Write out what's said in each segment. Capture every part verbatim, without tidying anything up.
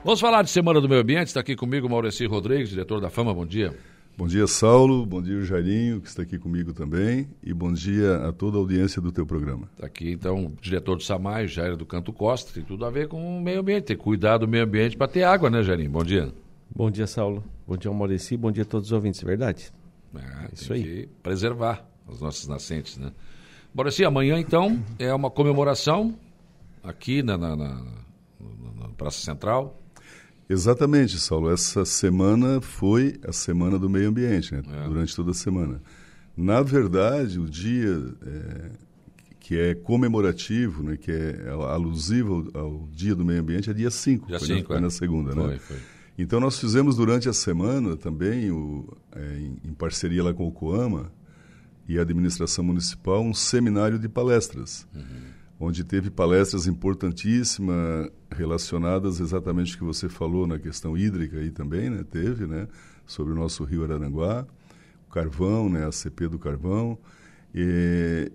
Vamos falar de Semana do Meio Ambiente, está aqui comigo o Maurici Rodrigues, diretor da Fama, bom dia. Bom dia, Saulo, bom dia o Jairinho, que está aqui comigo também, e bom dia a toda a audiência do teu programa. Está aqui, então, o diretor do SAMAI, Jair do Canto Costa, tem tudo a ver com o meio ambiente, tem que cuidar do meio ambiente para ter água, né, Jairinho? Bom dia. Bom dia, Saulo, bom dia ao Maurici, bom dia a todos os ouvintes, é verdade? É, Isso aí. Que preservar as nossas nascentes, né? Maurici, amanhã, então, é uma comemoração aqui na, na, na, na Praça Central. Exatamente, Saulo. Essa semana foi a Semana do Meio Ambiente, né? É. Durante toda a semana. Na verdade, o dia é, que é comemorativo, né? Que é alusivo ao, ao Dia do Meio Ambiente, é dia cinco. Dia foi cinco, na, foi é. na segunda, foi, né? Foi. Então, nós fizemos durante a semana também, o, é, em, em parceria lá com o COAMA e a administração municipal, um seminário de palestras. Uhum. Onde teve palestras importantíssimas relacionadas exatamente ao que você falou na questão hídrica aí também, né? Teve, né? Sobre o nosso rio Araranguá, o carvão, né? A C P do carvão. E,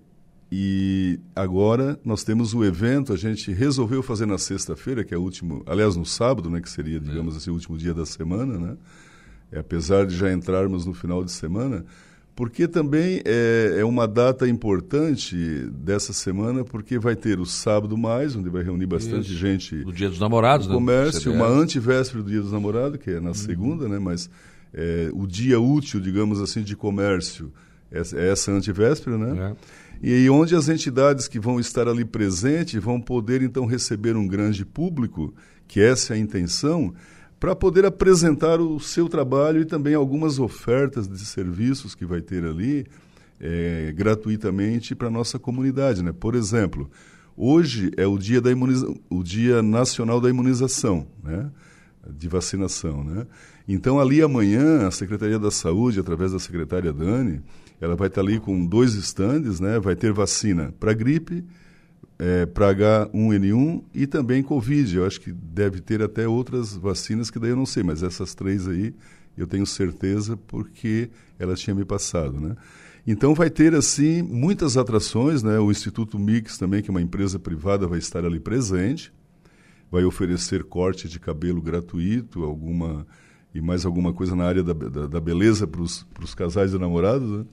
e agora nós temos o evento, a gente resolveu fazer na sexta-feira, que é o último, aliás, no sábado, né? Que seria, digamos assim, o último dia da semana, né? É, apesar de já entrarmos no final de semana, porque também é, é uma data importante dessa semana, porque vai ter o sábado mais, onde vai reunir bastante Isso. gente do Dia dos Namorados, no comércio, né? Uma antivéspera do Dia dos Namorados, que é na uhum. segunda, né? Mas é, o dia útil, digamos assim, de comércio é, é essa antivéspera, né? É. E aí onde as entidades que vão estar ali presentes vão poder, então, receber um grande público, que essa é a intenção, para poder apresentar o seu trabalho e também algumas ofertas de serviços que vai ter ali é, gratuitamente para a nossa comunidade, né? Por exemplo, hoje é o dia, da imuniza- o dia nacional da imunização, né? De vacinação, né? Então, ali amanhã, a Secretaria da Saúde, através da secretária Dani, ela vai estar ali com dois estandes, né? Vai ter vacina para gripe, É, para H um N um e também Covid. Eu acho que deve ter até outras vacinas que daí eu não sei, mas essas três aí eu tenho certeza porque ela tinha me passado, né? Então vai ter, assim, muitas atrações, né? O Instituto Mix também, que é uma empresa privada, vai estar ali presente, vai oferecer corte de cabelo gratuito, alguma e mais alguma coisa na área da, da, da beleza para os casais de namorados, né?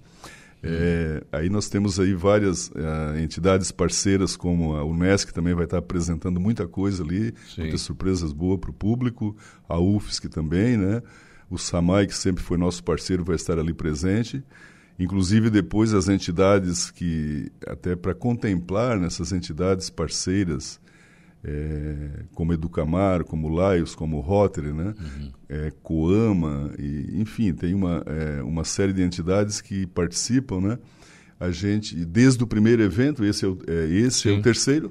É, aí nós temos aí várias uh, entidades parceiras, como a Unesc também vai estar apresentando muita coisa ali, muitas surpresas boas para o público, a U F S C também, né? O SAMAI, que sempre foi nosso parceiro, vai estar ali presente. Inclusive depois as entidades que, até para contemplar nessas entidades parceiras, É, como Educamar, como Laios, como Rotary, né? Uhum. É, COAMA, e, enfim, tem uma, é, uma série de entidades que participam, né? A gente, desde o primeiro evento, esse é o, é, esse é o terceiro,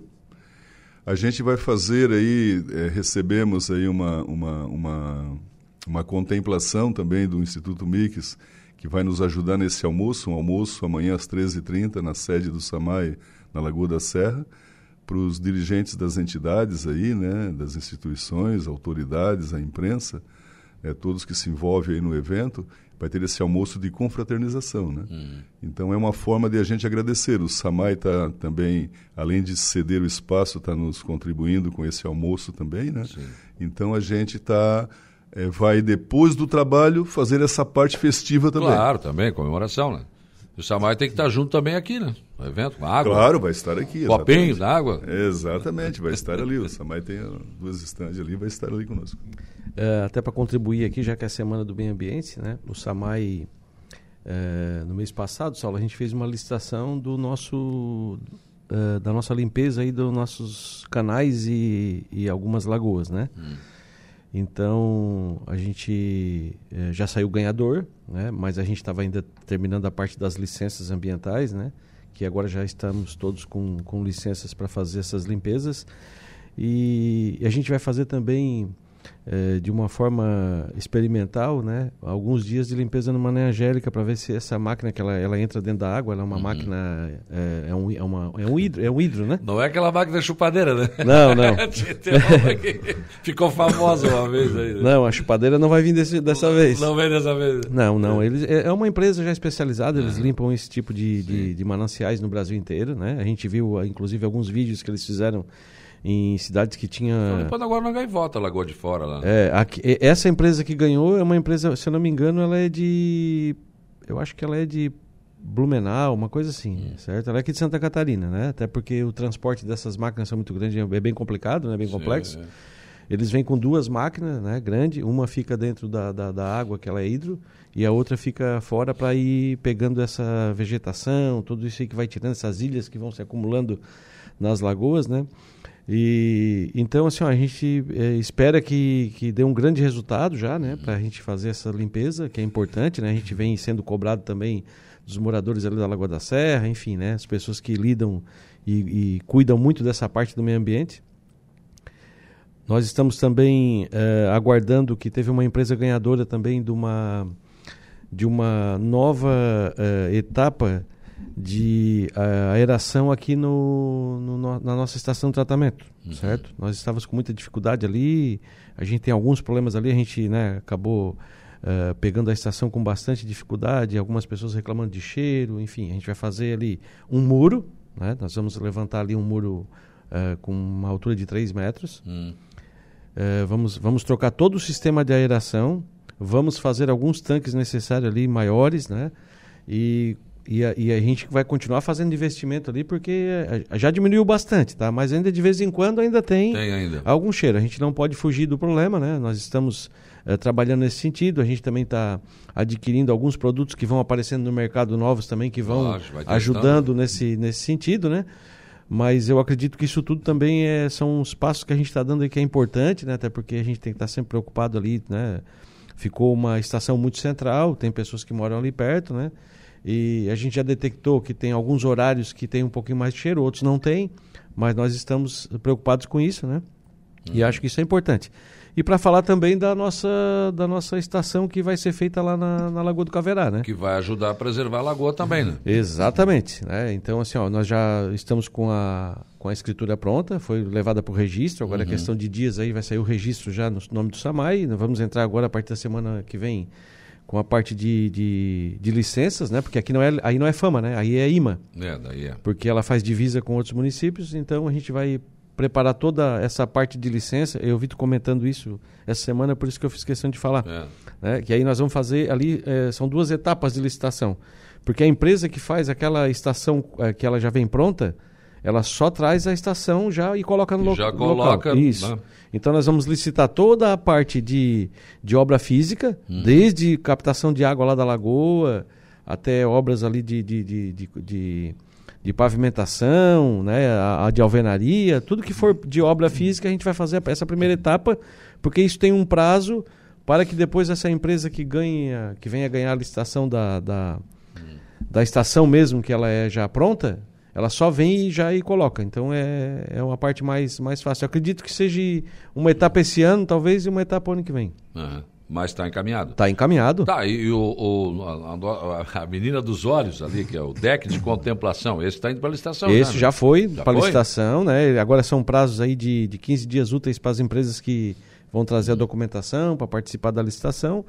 a gente vai fazer aí, é, recebemos aí uma, uma, uma, uma contemplação também do Instituto Mix, que vai nos ajudar nesse almoço, um almoço amanhã às treze e trinta, na sede do SAMAI, na Lagoa da Serra, para os dirigentes das entidades aí, né, das instituições, autoridades, a imprensa, é, todos que se envolvem aí no evento, vai ter esse almoço de confraternização, né? Uhum. Então é uma forma de a gente agradecer. O SAMAI está também, além de ceder o espaço, está nos contribuindo com esse almoço também, né? Sim. Então a gente está é, vai depois do trabalho fazer essa parte festiva também. Claro, também, comemoração, né? O SAMAI tem que estar junto também aqui, né? No evento, com água. Claro, vai estar aqui. Copinhos d'água. Exatamente, vai estar ali. O SAMAI tem duas estandes ali, vai estar ali conosco. É, até para contribuir aqui, já que é a Semana do Meio Ambiente, né? O SAMAI, é, no mês passado, Saulo, a gente fez uma licitação do nosso, é, da nossa limpeza aí dos nossos canais e, e algumas lagoas, né? Hum. Então, a gente é, já saiu ganhador, né? Mas a gente estava ainda terminando a parte das licenças ambientais, né? Que agora já estamos todos com, com licenças para fazer essas limpezas. E, e a gente vai fazer também, é, de uma forma experimental, né? Alguns dias de limpeza no Mané Angélica para ver se essa máquina, que ela, ela entra dentro da água, ela é uma uhum. máquina, é, é, um, é, uma, é, um hidro, é um hidro, né? Não é aquela máquina chupadeira, né? Não, não. Ficou famosa uma vez aí. Né? Não, a chupadeira não vai vir desse, dessa não, vez. Não vem dessa vez. Não, não. Eles, é uma empresa já especializada, eles uhum. limpam esse tipo de, de, de mananciais no Brasil inteiro, né? A gente viu, inclusive, alguns vídeos que eles fizeram em cidades que tinha... Estão limpando agora na Gaivota, Lagoa de Fora. Lá. É, aqui, essa empresa que ganhou é uma empresa, se eu não me engano, ela é de... Eu acho que ela é de Blumenau, uma coisa assim, hum. certo? Ela é aqui de Santa Catarina, né? Até porque o transporte dessas máquinas são muito grandes, é bem complicado, né? Bem complexo. Sim, é. Eles vêm com duas máquinas, né, grande, uma fica dentro da, da, da água, que ela é hidro, e a outra fica fora para ir pegando essa vegetação, tudo isso aí que vai tirando, essas ilhas que vão se acumulando nas lagoas, né? E então, assim, ó, a gente é, espera que, que dê um grande resultado já, né, para a gente fazer essa limpeza, que é importante, né? A gente vem sendo cobrado também dos moradores ali da Lagoa da Serra, enfim, né, as pessoas que lidam e, e cuidam muito dessa parte do meio ambiente. Nós estamos também eh, aguardando que teve uma empresa ganhadora também de uma, de uma nova eh, etapa de uh, aeração aqui no, no, na nossa estação de tratamento, uhum. certo? Nós estávamos com muita dificuldade ali, a gente tem alguns problemas ali, a gente, né, acabou uh, pegando a estação com bastante dificuldade, algumas pessoas reclamando de cheiro, enfim, a gente vai fazer ali um muro, né? Nós vamos levantar ali um muro uh, com uma altura de três metros, uhum. Uh, vamos, vamos trocar todo o sistema de aeração, vamos fazer alguns tanques necessários ali, maiores, né? E, e, a, e a gente vai continuar fazendo investimento ali, porque já diminuiu bastante, tá? Mas ainda de vez em quando ainda tem, tem ainda. algum cheiro. A gente não pode fugir do problema, né? Nós estamos uh, trabalhando nesse sentido, a gente também está adquirindo alguns produtos que vão aparecendo no mercado novos também, que vão Lógico, ajudando nesse, nesse sentido, né? Mas eu acredito que isso tudo também é, são os passos que a gente está dando aí que é importante, né? Até porque a gente tem que estar tá sempre preocupado ali, né? Ficou uma estação muito central, tem pessoas que moram ali perto, né? E a gente já detectou que tem alguns horários que tem um pouquinho mais de cheiro, outros não tem, mas nós estamos preocupados com isso, né? Uhum. E acho que isso é importante. E para falar também da nossa, da nossa estação que vai ser feita lá na, na Lagoa do Caverá, né? Que vai ajudar a preservar a lagoa também, né? Exatamente. Né? Então, assim, ó, nós já estamos com a, com a escritura pronta, foi levada para o registro, agora uhum. é questão de dias aí, vai sair o registro já no nome do SAMAI, nós vamos entrar agora a partir da semana que vem com a parte de, de, de licenças, né? Porque aqui não é, aí não é FAMA, né? Aí é IMA. É, daí é. Porque ela faz divisa com outros municípios, então a gente vai preparar toda essa parte de licença. Eu vi tu comentando isso essa semana, por isso que eu fiz questão de falar. É. Né? Que aí nós vamos fazer ali, é, são duas etapas de licitação. Porque a empresa que faz aquela estação é, que ela já vem pronta, ela só traz a estação já e coloca no, lo- já no coloca, local. Isso. Né? Então nós vamos licitar toda a parte de, de obra física, hum. desde captação de água lá da lagoa, até obras ali de... de, de, de, de de pavimentação, né, a, a de alvenaria, tudo que for de obra física a gente vai fazer essa primeira etapa, porque isso tem um prazo para que depois essa empresa que ganha, que venha ganhar a licitação da, da, da estação mesmo, que ela é já pronta, ela só vem e já e coloca. Então é, é uma parte mais, mais fácil. Eu acredito que seja uma etapa esse ano, talvez, e uma etapa ano que vem. Uhum. Mas está encaminhado? Está encaminhado. Tá, e o, o, a, a menina dos olhos ali, que é o deck de contemplação, esse está indo para a licitação. Esse já, já né? foi para a licitação, né? Agora são prazos aí de, de quinze dias úteis para as empresas que vão trazer a documentação para participar da licitação.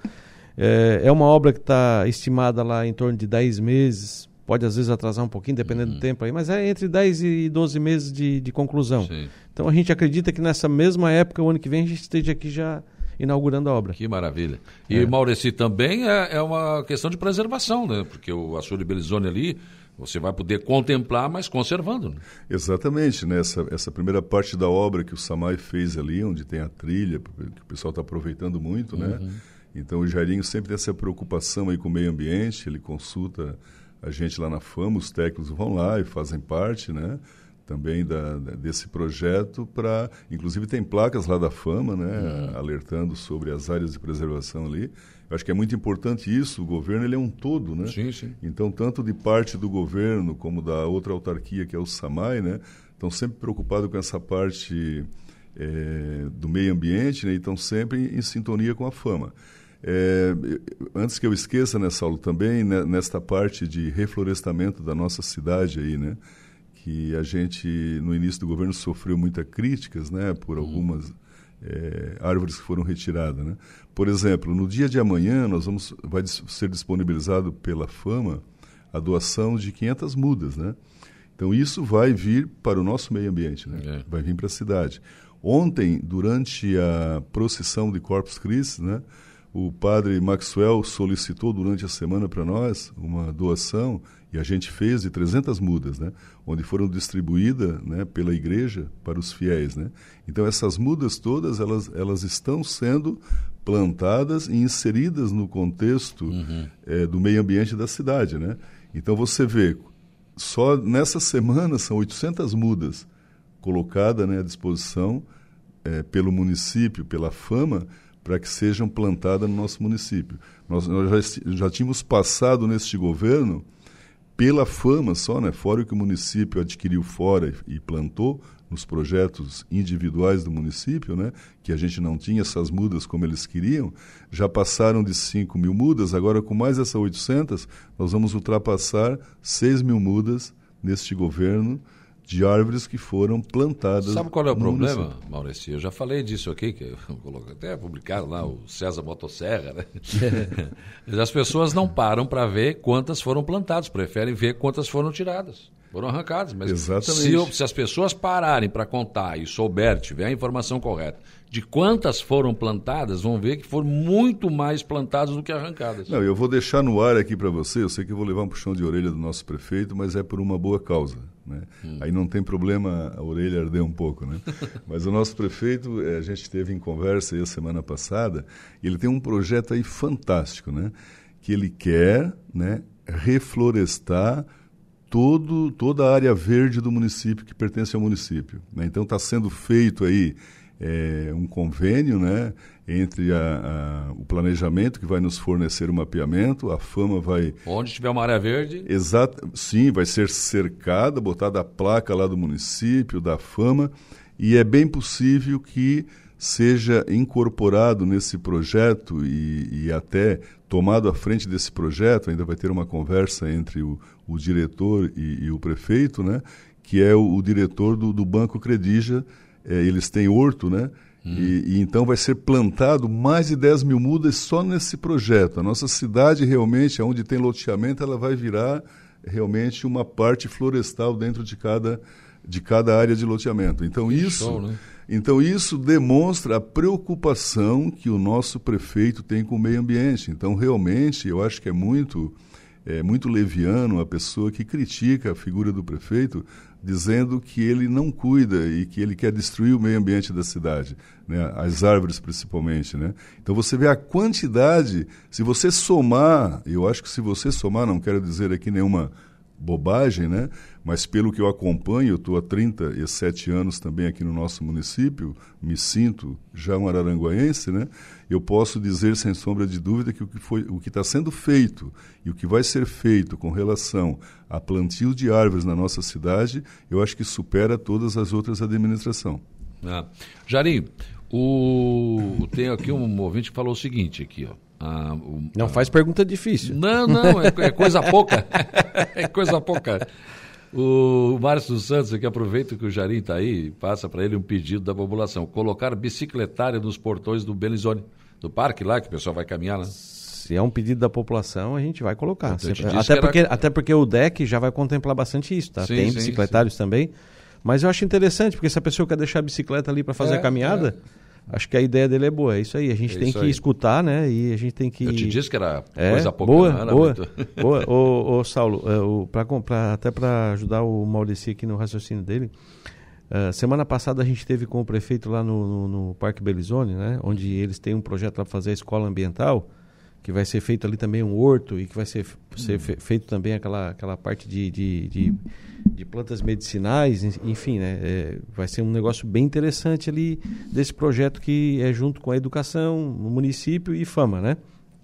É, é uma obra que está estimada lá em torno de dez meses, pode às vezes atrasar um pouquinho, dependendo uhum. do tempo aí, mas é entre dez e doze meses de, de conclusão. Sim. Então a gente acredita que nessa mesma época, o ano que vem, a gente esteja aqui já inaugurando a obra. Que maravilha. E, é. Maurici, também é, é uma questão de preservação, né? Porque o Açude Belizone ali, você vai poder contemplar, mas conservando. Né? Exatamente, né? Essa, essa primeira parte da obra que o SAMAI fez ali, onde tem a trilha, que o pessoal está aproveitando muito, uhum. né? Então o Jairinho sempre tem essa preocupação aí com o meio ambiente, ele consulta a gente lá na FAMA, os técnicos vão lá e fazem parte, né? Também da, desse projeto, para inclusive tem placas lá da FAMA, né, uhum. alertando sobre as áreas de preservação ali. Eu acho que é muito importante isso, o governo ele é um todo, né? Sim, sim. Então, tanto de parte do governo como da outra autarquia, que é o SAMAI, né, estão sempre preocupados com essa parte é, do meio ambiente, né, e estão sempre em sintonia com a FAMA. É, antes que eu esqueça, né, Saulo, também né, nesta parte de reflorestamento da nossa cidade aí, né, que a gente, no início do governo, sofreu muitas críticas, né, por algumas é, árvores que foram retiradas, né? Por exemplo, no dia de amanhã, nós vamos, vai ser disponibilizado pela FAMA a doação de quinhentas mudas, né? Então, isso vai vir para o nosso meio ambiente, né? É. Vai vir para a cidade. Ontem, durante a procissão de Corpus Christi, né, o padre Maxwell solicitou durante a semana para nós uma doação, e a gente fez de trezentas mudas, né, onde foram distribuídas, né, pela igreja para os fiéis, né? Então, essas mudas todas, elas, elas estão sendo plantadas e inseridas no contexto uhum. é, do meio ambiente da cidade, né? Então, você vê, só nessa semana são oitocentas mudas colocadas, né, à disposição é, pelo município, pela Fama, para que sejam plantadas no nosso município. Nós, nós já, já tínhamos passado neste governo, pela Fama só, né, fora o que o município adquiriu fora e, e plantou nos projetos individuais do município, né, que a gente não tinha essas mudas como eles queriam, já passaram de cinco mil mudas, agora com mais essas oitocentas, nós vamos ultrapassar seis mil mudas neste governo, de árvores que foram plantadas. Sabe qual é o problema, município. Maurício? Eu já falei disso aqui, que até publicaram lá o César Motosserra, né? As pessoas não param para ver quantas foram plantadas, preferem ver quantas foram tiradas, foram arrancadas. Mas Exatamente. Se, se as pessoas pararem para contar e souber, tiver a informação correta, de quantas foram plantadas, vão ver que foram muito mais plantadas do que arrancadas. Não, eu vou deixar no ar aqui para você, eu sei que eu vou levar um puxão de orelha do nosso prefeito, mas é por uma boa causa, né? Hum. Aí não tem problema a orelha arder um pouco, né? Mas o nosso prefeito, a gente esteve em conversa aí a semana passada, e ele tem um projeto aí fantástico, né? Que ele quer, né, reflorestar todo, toda a área verde do município que pertence ao município, né? Então está sendo feito aí É, um convênio, né, entre a, a, o planejamento que vai nos fornecer o mapeamento, a Fama vai... Onde tiver uma área verde... Exato, sim, vai ser cercada, botada a placa lá do município, da Fama, e é bem possível que seja incorporado nesse projeto e, e até tomado à frente desse projeto, ainda vai ter uma conversa entre o, o diretor e, e o prefeito, né, que é o, o diretor do, do Banco Credija. É, eles têm horto, né? Hum. E, e então vai ser plantado mais de dez mil mudas só nesse projeto. A nossa cidade realmente, onde tem loteamento, ela vai virar realmente uma parte florestal dentro de cada, de cada área de loteamento. Então isso, show, né? Então isso demonstra a preocupação que o nosso prefeito tem com o meio ambiente. Então realmente eu acho que é muito, é, muito leviano a pessoa que critica a figura do prefeito, dizendo que ele não cuida e que ele quer destruir o meio ambiente da cidade, né? As árvores principalmente, né? Então você vê a quantidade, se você somar, eu acho que se você somar, não quero dizer aqui nenhuma bobagem, né? Mas pelo que eu acompanho, eu estou há trinta e sete anos também aqui no nosso município, me sinto já um araranguaense, né? Eu posso dizer sem sombra de dúvida que o que foi, o que está sendo feito e o que vai ser feito com relação a plantio de árvores na nossa cidade, eu acho que supera todas as outras administrações. Ah. Jarim, o... tem aqui um ouvinte que falou o seguinte aqui, ó. Ah, o, não ah, faz pergunta difícil. Não, não, é, é coisa pouca. É coisa pouca. O Márcio dos Santos, aqui aproveita que o Jarim está aí, passa para ele um pedido da população: colocar bicicletária nos portões do Belizone, do parque lá, que o pessoal vai caminhar lá. Se é um pedido da população, a gente vai colocar. Sempre, até, porque, era... até porque o D E C já vai contemplar bastante isso, tá? Sim, Tem sim, bicicletários sim. também. Mas eu acho interessante, porque se a pessoa quer deixar a bicicleta ali para fazer é, a caminhada... É. Acho que a ideia dele é boa, é isso aí. A gente é tem que aí. escutar, né? E a gente tem que... Eu te disse que era é, coisa pouca. Boa, não era boa, muito... boa. Ô, ô Saulo, uh, pra, pra, até para ajudar o Maurício aqui no raciocínio dele, uh, semana passada a gente esteve com o prefeito lá no, no, no Parque Belizone, né? Onde eles têm um projeto para fazer a escola ambiental, que vai ser feito ali também um horto e que vai ser, ser hum. fe, feito também aquela, aquela parte de... de, de de plantas medicinais, enfim, né? É, vai ser um negócio bem interessante ali desse projeto que é junto com a educação, o município e Fama, né?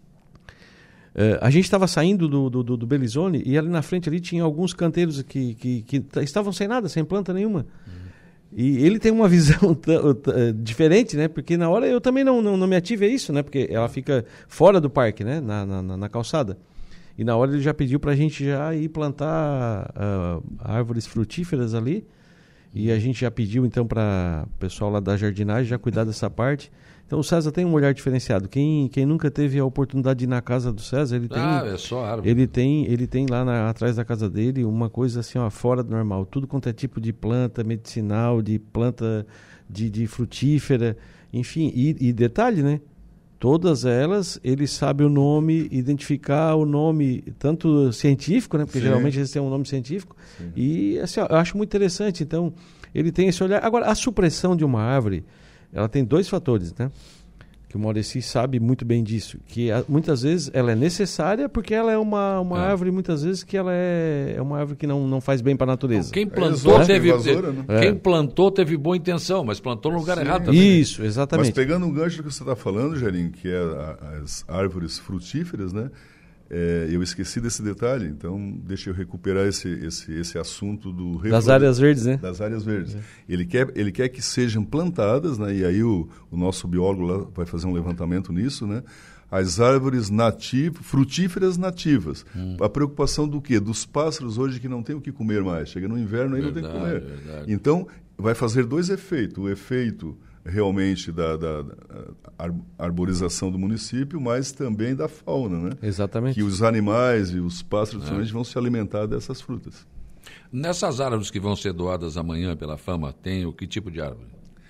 É, a gente estava saindo do, do, do Belizone e ali na frente ali tinha alguns canteiros que, que, que estavam sem nada, sem planta nenhuma. Uhum. E ele tem uma visão t- t- diferente, né? Porque na hora eu também não, não, não me ative a isso, né? Porque ela fica fora do parque, né? Na, na, na calçada. E na hora ele já pediu para a gente já ir plantar uh, árvores frutíferas ali. E a gente já pediu então para o pessoal lá da jardinagem já cuidar dessa parte. Então o César tem um olhar diferenciado. Quem, quem nunca teve a oportunidade de ir na casa do César, ele tem, ah, é só árvore. Ele tem, ele tem lá na, atrás da casa dele uma coisa assim, ó, fora do normal. Tudo quanto é tipo de planta medicinal, de planta de, de frutífera, enfim. E, e detalhe, né? Todas elas, ele sabe o nome, identificar o nome, tanto científico, né? Porque Sim. geralmente eles têm um nome científico. Sim. E assim, ó, eu acho muito interessante. Então, ele tem esse olhar. Agora, a supressão de uma árvore, ela tem dois fatores, né? Que o Maurici sabe muito bem disso. Que a, muitas vezes ela é necessária porque ela é uma, uma é. árvore, muitas vezes, que ela é, é uma árvore que não, não faz bem para a natureza. Não, quem plantou, é teve, invasora, né? quem é. plantou teve boa intenção, mas plantou no lugar Sim. errado também. Isso, exatamente. Mas pegando um gancho do que você está falando, Jairinho, que é a, as árvores frutíferas, né? É, eu esqueci desse detalhe, então deixa eu recuperar esse, esse, esse assunto do reflor... das áreas verdes, né? Das áreas verdes. É. Ele, quer, ele quer que sejam plantadas, né? E aí o, o nosso biólogo lá vai fazer um levantamento nisso, né? As árvores nativas, frutíferas nativas. Hum. A preocupação do quê? Dos pássaros hoje que não tem o que comer mais. Chega no inverno aí verdade, não tem o que comer. Verdade. Então, vai fazer dois efeitos. O efeito realmente da, da, da arborização do município, mas também da fauna, né? Exatamente. Que os animais e os pássaros é. vão se alimentar dessas frutas. Nessas árvores que vão ser doadas amanhã pela Fama, tem o que tipo de árvore?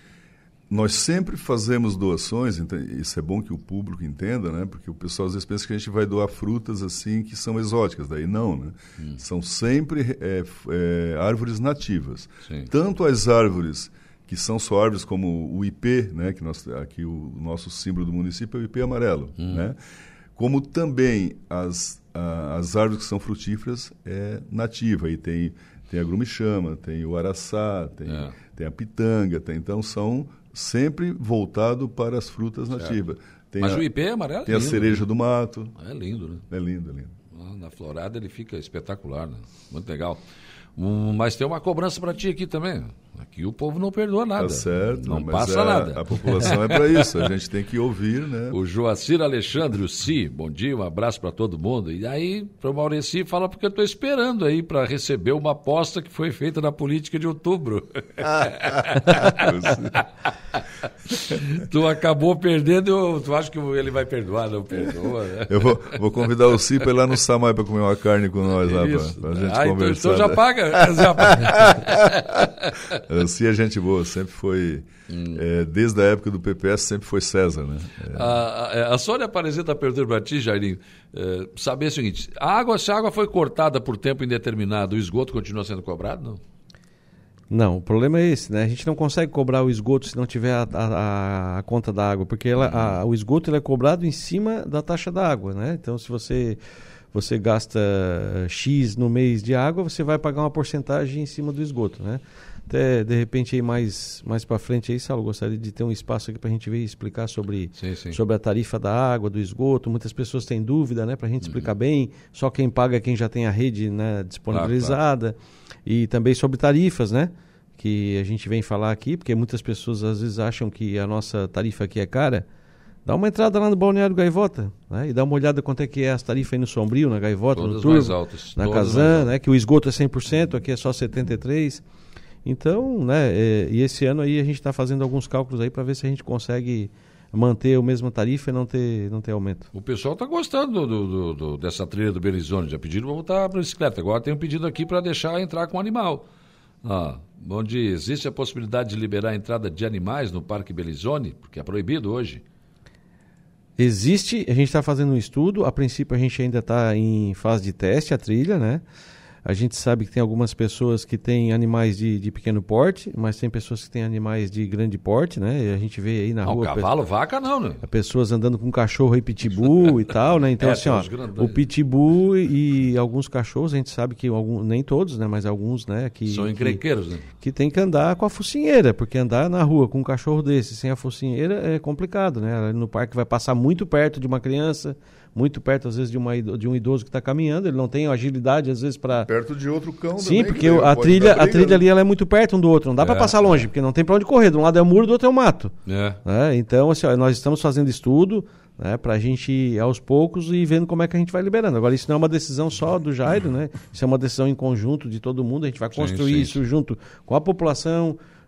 Nós sempre fazemos doações, então isso é bom que o público entenda, né? Porque o pessoal às vezes pensa que a gente vai doar frutas assim que são exóticas, daí não, né? Hum. São sempre é, é, árvores nativas. Sim. Tanto as árvores que são só árvores como o ipê, né, que nós, aqui o, o nosso símbolo do município é o ipê amarelo, hum. né, como também as, a, as árvores que são frutíferas é nativa, aí tem, tem a grumichama, tem o araçá, tem, é. tem a pitanga, tem, então são sempre voltado para as frutas nativas. Tem Mas a, o ipê é amarelo tem lindo, a cereja né? do mato. É lindo, né? É lindo, é lindo. Na florada ele fica espetacular, né? Muito legal. Um, mas tem uma cobrança para ti aqui também. Aqui o povo não perdoa nada. Tá certo. Não mas passa é, nada. A população é para isso. A gente tem que ouvir, né? O Joacir Alexandre, o Si, bom dia, um abraço para todo mundo. E aí, para o Maurici, fala porque eu estou esperando aí para receber uma aposta que foi feita na política de outubro. Tu acabou perdendo, tu acha que ele vai perdoar? Não perdoa, né? Eu vou, vou convidar o Si para ir lá no Samai para comer uma carne com nós lá, para a gente ah, conversar. Então, então já paga. Já paga. O Si é gente boa, sempre foi, hum. é, desde a época do P P S, sempre foi César, né? É. A, a, a Sônia Aparecida está perguntando para ti, Jairinho, é, saber o seguinte, a água, se a água foi cortada por tempo indeterminado, o esgoto continua sendo cobrado, não? Não, o problema é esse, né? A gente não consegue cobrar o esgoto se não tiver a, a, a conta da água, porque ela, a, o esgoto ele é cobrado em cima da taxa da água, né? Então, se você, você gasta X no mês de água, você vai pagar uma porcentagem em cima do esgoto, né? Até, de repente, aí mais, mais para frente, aí, Saulo, gostaria de ter um espaço aqui para a gente ver e explicar sobre, sim, sim. sobre a tarifa da água, do esgoto. Muitas pessoas têm dúvida, né? Para a gente explicar uhum. bem. Só quem paga é quem já tem a rede, né, disponibilizada. Claro, claro. E também sobre tarifas, né? Que a gente vem falar aqui, porque muitas pessoas às vezes acham que a nossa tarifa aqui é cara. Dá uma entrada lá no Balneário Gaivota, né? E dá uma olhada quanto é que é as tarifas aí no Sombrio, na Gaivota, todas no Turvo, mais altas, na Casan, né? Que o esgoto é cem por cento, aqui é só setenta e três por cento. Então, né, é, e esse ano aí a gente está fazendo alguns cálculos aí para ver se a gente consegue manter a mesma tarifa e não ter, não ter aumento. O pessoal está gostando do, do, do, dessa trilha do Belizone, já pediram para voltar para a bicicleta. Agora tem um pedido aqui para deixar entrar com animal. Ah, bom dia, existe a possibilidade de liberar a entrada de animais no Parque Belizone? Porque é proibido hoje. Existe, a gente está fazendo um estudo, a princípio a gente ainda está em fase de teste, a trilha, né? A gente sabe que tem algumas pessoas que têm animais de, de pequeno porte, mas tem pessoas que têm animais de grande porte, né? E a gente vê aí na não, rua... Cavalo, pe... vaca não, né? Pessoas andando com cachorro e pitbull e tal, né? Então, é, assim, ó, o pitbull e alguns cachorros, a gente sabe que algum, nem todos, né? Mas alguns, né? Que, são encrenqueiros, que, né? Que tem que andar com a focinheira, porque andar na rua com um cachorro desse sem a focinheira é complicado, né? No parque vai passar muito perto de uma criança, muito perto, às vezes, de, uma, de um idoso que está caminhando, ele não tem agilidade, às vezes, para... Perto de outro cão Sim, também, porque a trilha, a trilha ali ela é muito perto um do outro, não dá é. para passar longe, porque não tem para onde correr, de um lado é o muro, do outro é o mato. É. Né? Então, assim, ó, nós estamos fazendo estudo, né, para a gente ir aos poucos e vendo como é que a gente vai liberando. Agora, isso não é uma decisão só do Jairo, né? Isso é uma decisão em conjunto de todo mundo, a gente vai construir sim, sim. isso junto com a população,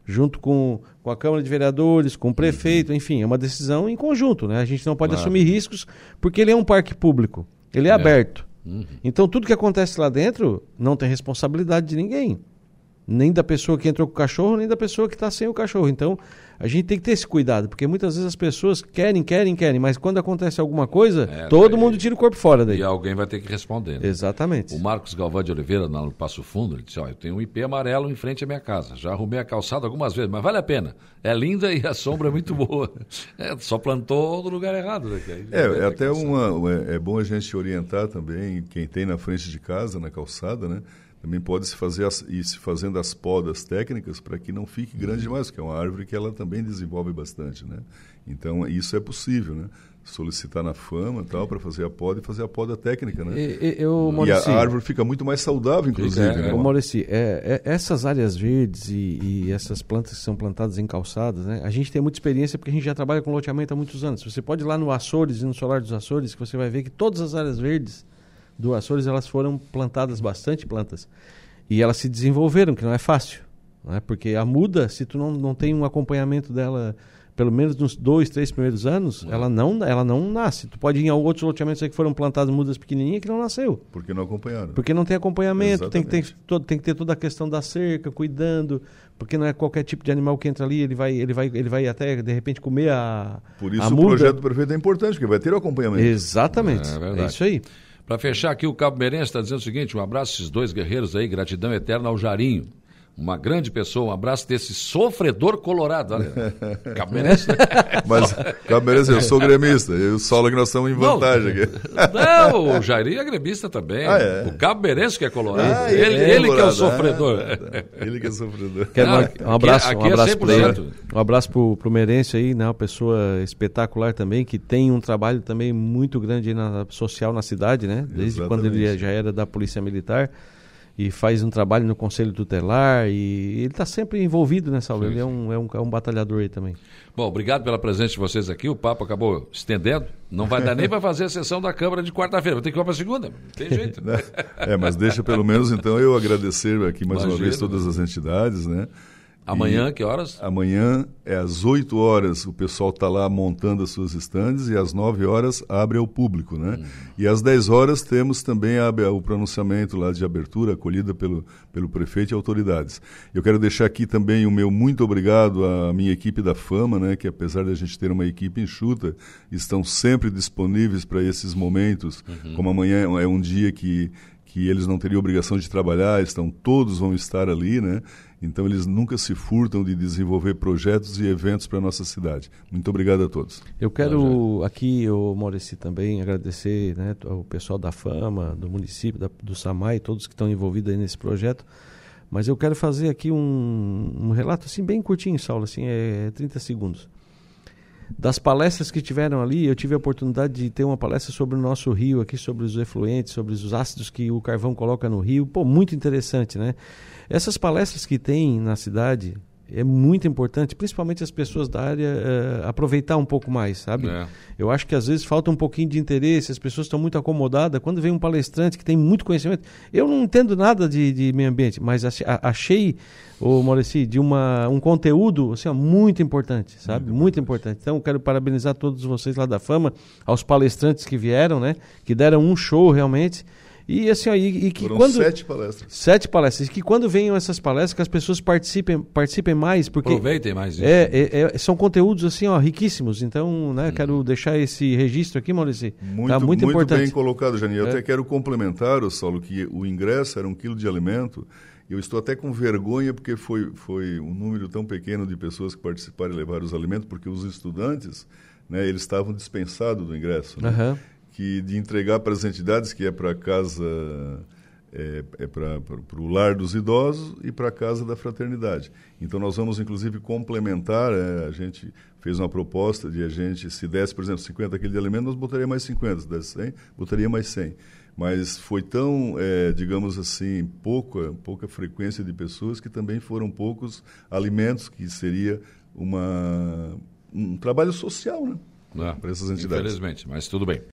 junto com, com a Câmara de Vereadores, com o prefeito, uhum. enfim, é uma decisão em conjunto, né? A gente não pode claro. assumir riscos, porque ele é um parque público, ele é, é. aberto. Uhum. Então, tudo que acontece lá dentro não tem responsabilidade de ninguém. Nem da pessoa que entrou com o cachorro, nem da pessoa que está sem o cachorro. Então, a gente tem que ter esse cuidado, porque muitas vezes as pessoas querem, querem, querem, mas quando acontece alguma coisa, é, todo mundo tira o corpo fora daí. E alguém vai ter que responder. Né? Exatamente. O Marcos Galvão de Oliveira, lá no Passo Fundo, ele disse, ó, eu tenho um I P amarelo em frente à minha casa, já arrumei a calçada algumas vezes, mas vale a pena. É linda e a sombra é muito boa. É, só plantou no lugar errado. Né? É, é até uma, é, é bom a gente orientar também quem tem na frente de casa, na calçada, né? Também pode se fazer as, ir se fazendo as podas técnicas para que não fique grande demais, porque é uma árvore que ela também desenvolve bastante, né? Então, isso é possível, né? Solicitar na fama e tal, para fazer a poda e fazer a poda técnica, né? E, eu, e Maurici, a árvore fica muito mais saudável, inclusive. É, né? Maurici, é, é, essas áreas verdes e, e essas plantas que são plantadas em calçadas, né? A gente tem muita experiência porque a gente já trabalha com loteamento há muitos anos. Você pode ir lá no Açores e no Solar dos Açores, que você vai ver que todas as áreas verdes do Açores, elas foram plantadas, bastante plantas. E elas se desenvolveram, que não é fácil, né? Porque a muda, se tu não, não tem um acompanhamento dela, pelo menos nos dois, três primeiros anos, uhum. ela, não, ela não nasce. Tu pode ir em outros loteamentos aí que foram plantadas mudas pequenininhas que não nasceu. Porque não acompanharam. Porque não tem acompanhamento, tem que, ter, todo, tem que ter toda a questão da cerca, cuidando, porque não é qualquer tipo de animal que entra ali, ele vai, ele vai, ele vai até, de repente, comer a Por isso a o muda. projeto do prefeito é importante, porque vai ter o acompanhamento. Exatamente, é, é isso aí. Para fechar aqui, o Cabo Meirense está dizendo o seguinte, um abraço a esses dois guerreiros aí, gratidão eterna ao Jarinho. Uma grande pessoa, um abraço desse sofredor colorado. Olha, Cabo Meirense, né? Mas, Cabo Meirense, eu sou gremista, eu e o Saulo que nós estamos em vantagem não, aqui. Não, o Jarinho é gremista também. Ah, é? O Cabo Meirense que é colorado. Ah, ele, ele, ele que é o sofredor. Ah, ele que é o sofredor. Quero não, um abraço, aqui, aqui um abraço para ele. Um abraço pro, pro Meirense aí, né? Uma pessoa espetacular também, que tem um trabalho também muito grande na, social na cidade, né? Desde Exatamente. Quando ele já era da Polícia Militar. E faz um trabalho no Conselho Tutelar e ele está sempre envolvido nessa aula, ele é um, é, um, é um batalhador aí também. Bom, obrigado pela presença de vocês aqui, o papo acabou estendendo, não vai dar nem para fazer a sessão da Câmara de quarta-feira, vai ter que ir para segunda, não tem jeito. É, mas deixa pelo menos então eu agradecer aqui mais Imagina, uma vez todas as entidades, né? Amanhã, e que horas? Amanhã é às oito horas, o pessoal está lá montando as suas estandes e às nove horas abre ao público, né? Uhum. E às dez horas temos também a, o pronunciamento lá de abertura, acolhida pelo, pelo prefeito e autoridades. Eu quero deixar aqui também o meu muito obrigado à minha equipe da Fama, né? Que apesar de a gente ter uma equipe enxuta, estão sempre disponíveis para esses momentos, uhum. como amanhã é um dia que, que eles não teriam obrigação de trabalhar, estão, todos vão estar ali, né? Então, eles nunca se furtam de desenvolver projetos e eventos para a nossa cidade. Muito obrigado a todos. Eu quero aqui, o Maurici, também agradecer, né, ao pessoal da Fama, do município, da, do SAMAI, todos que estão envolvidos aí nesse projeto. Mas eu quero fazer aqui um, um relato assim, bem curtinho, Saulo, assim, é trinta segundos. Das palestras que tiveram ali, eu tive a oportunidade de ter uma palestra sobre o nosso rio aqui, sobre os efluentes, sobre os ácidos que o carvão coloca no rio. Pô, muito interessante, né? Essas palestras que tem na cidade é muito importante, principalmente as pessoas da área uh, aproveitar um pouco mais, sabe? É. Eu acho que às vezes falta um pouquinho de interesse, as pessoas estão muito acomodadas. Quando vem um palestrante que tem muito conhecimento, eu não entendo nada de, de meio ambiente, mas achei, ô Maurici, de uma, um conteúdo assim, ó, muito importante, sabe? Muito, muito importante. Então, quero parabenizar todos vocês lá da Fama, aos palestrantes que vieram, né? Que deram um show realmente. E assim, ó, e, e que Foram quando sete palestras. Sete palestras. E que quando venham essas palestras, que as pessoas participem, participem mais, porque aproveitem mais isso. É, é, é, são conteúdos assim, ó, riquíssimos. Então, né, hum. quero deixar esse registro aqui, Maurício. Muito, tá muito, muito importante. bem colocado, Jani. Eu é. até quero complementar, Saulo, que o ingresso era um quilo de alimento. Eu estou até com vergonha porque foi, foi um número tão pequeno de pessoas que participaram e levaram os alimentos, porque os estudantes, né, eles estavam dispensados do ingresso, né? Uhum. Que de entregar para as entidades, que é para a casa, é, é para o lar dos idosos e para a casa da fraternidade. Então, nós vamos, inclusive, complementar, é, a gente fez uma proposta de a gente, se desse, por exemplo, cinquenta quilos de alimento, nós botaria mais cinquenta, se desse cem, botaria mais cem. Mas foi tão, é, digamos assim, pouca, pouca frequência de pessoas que também foram poucos alimentos, que seria uma, um trabalho social, né? Não, para essas entidades. Infelizmente, mas tudo bem.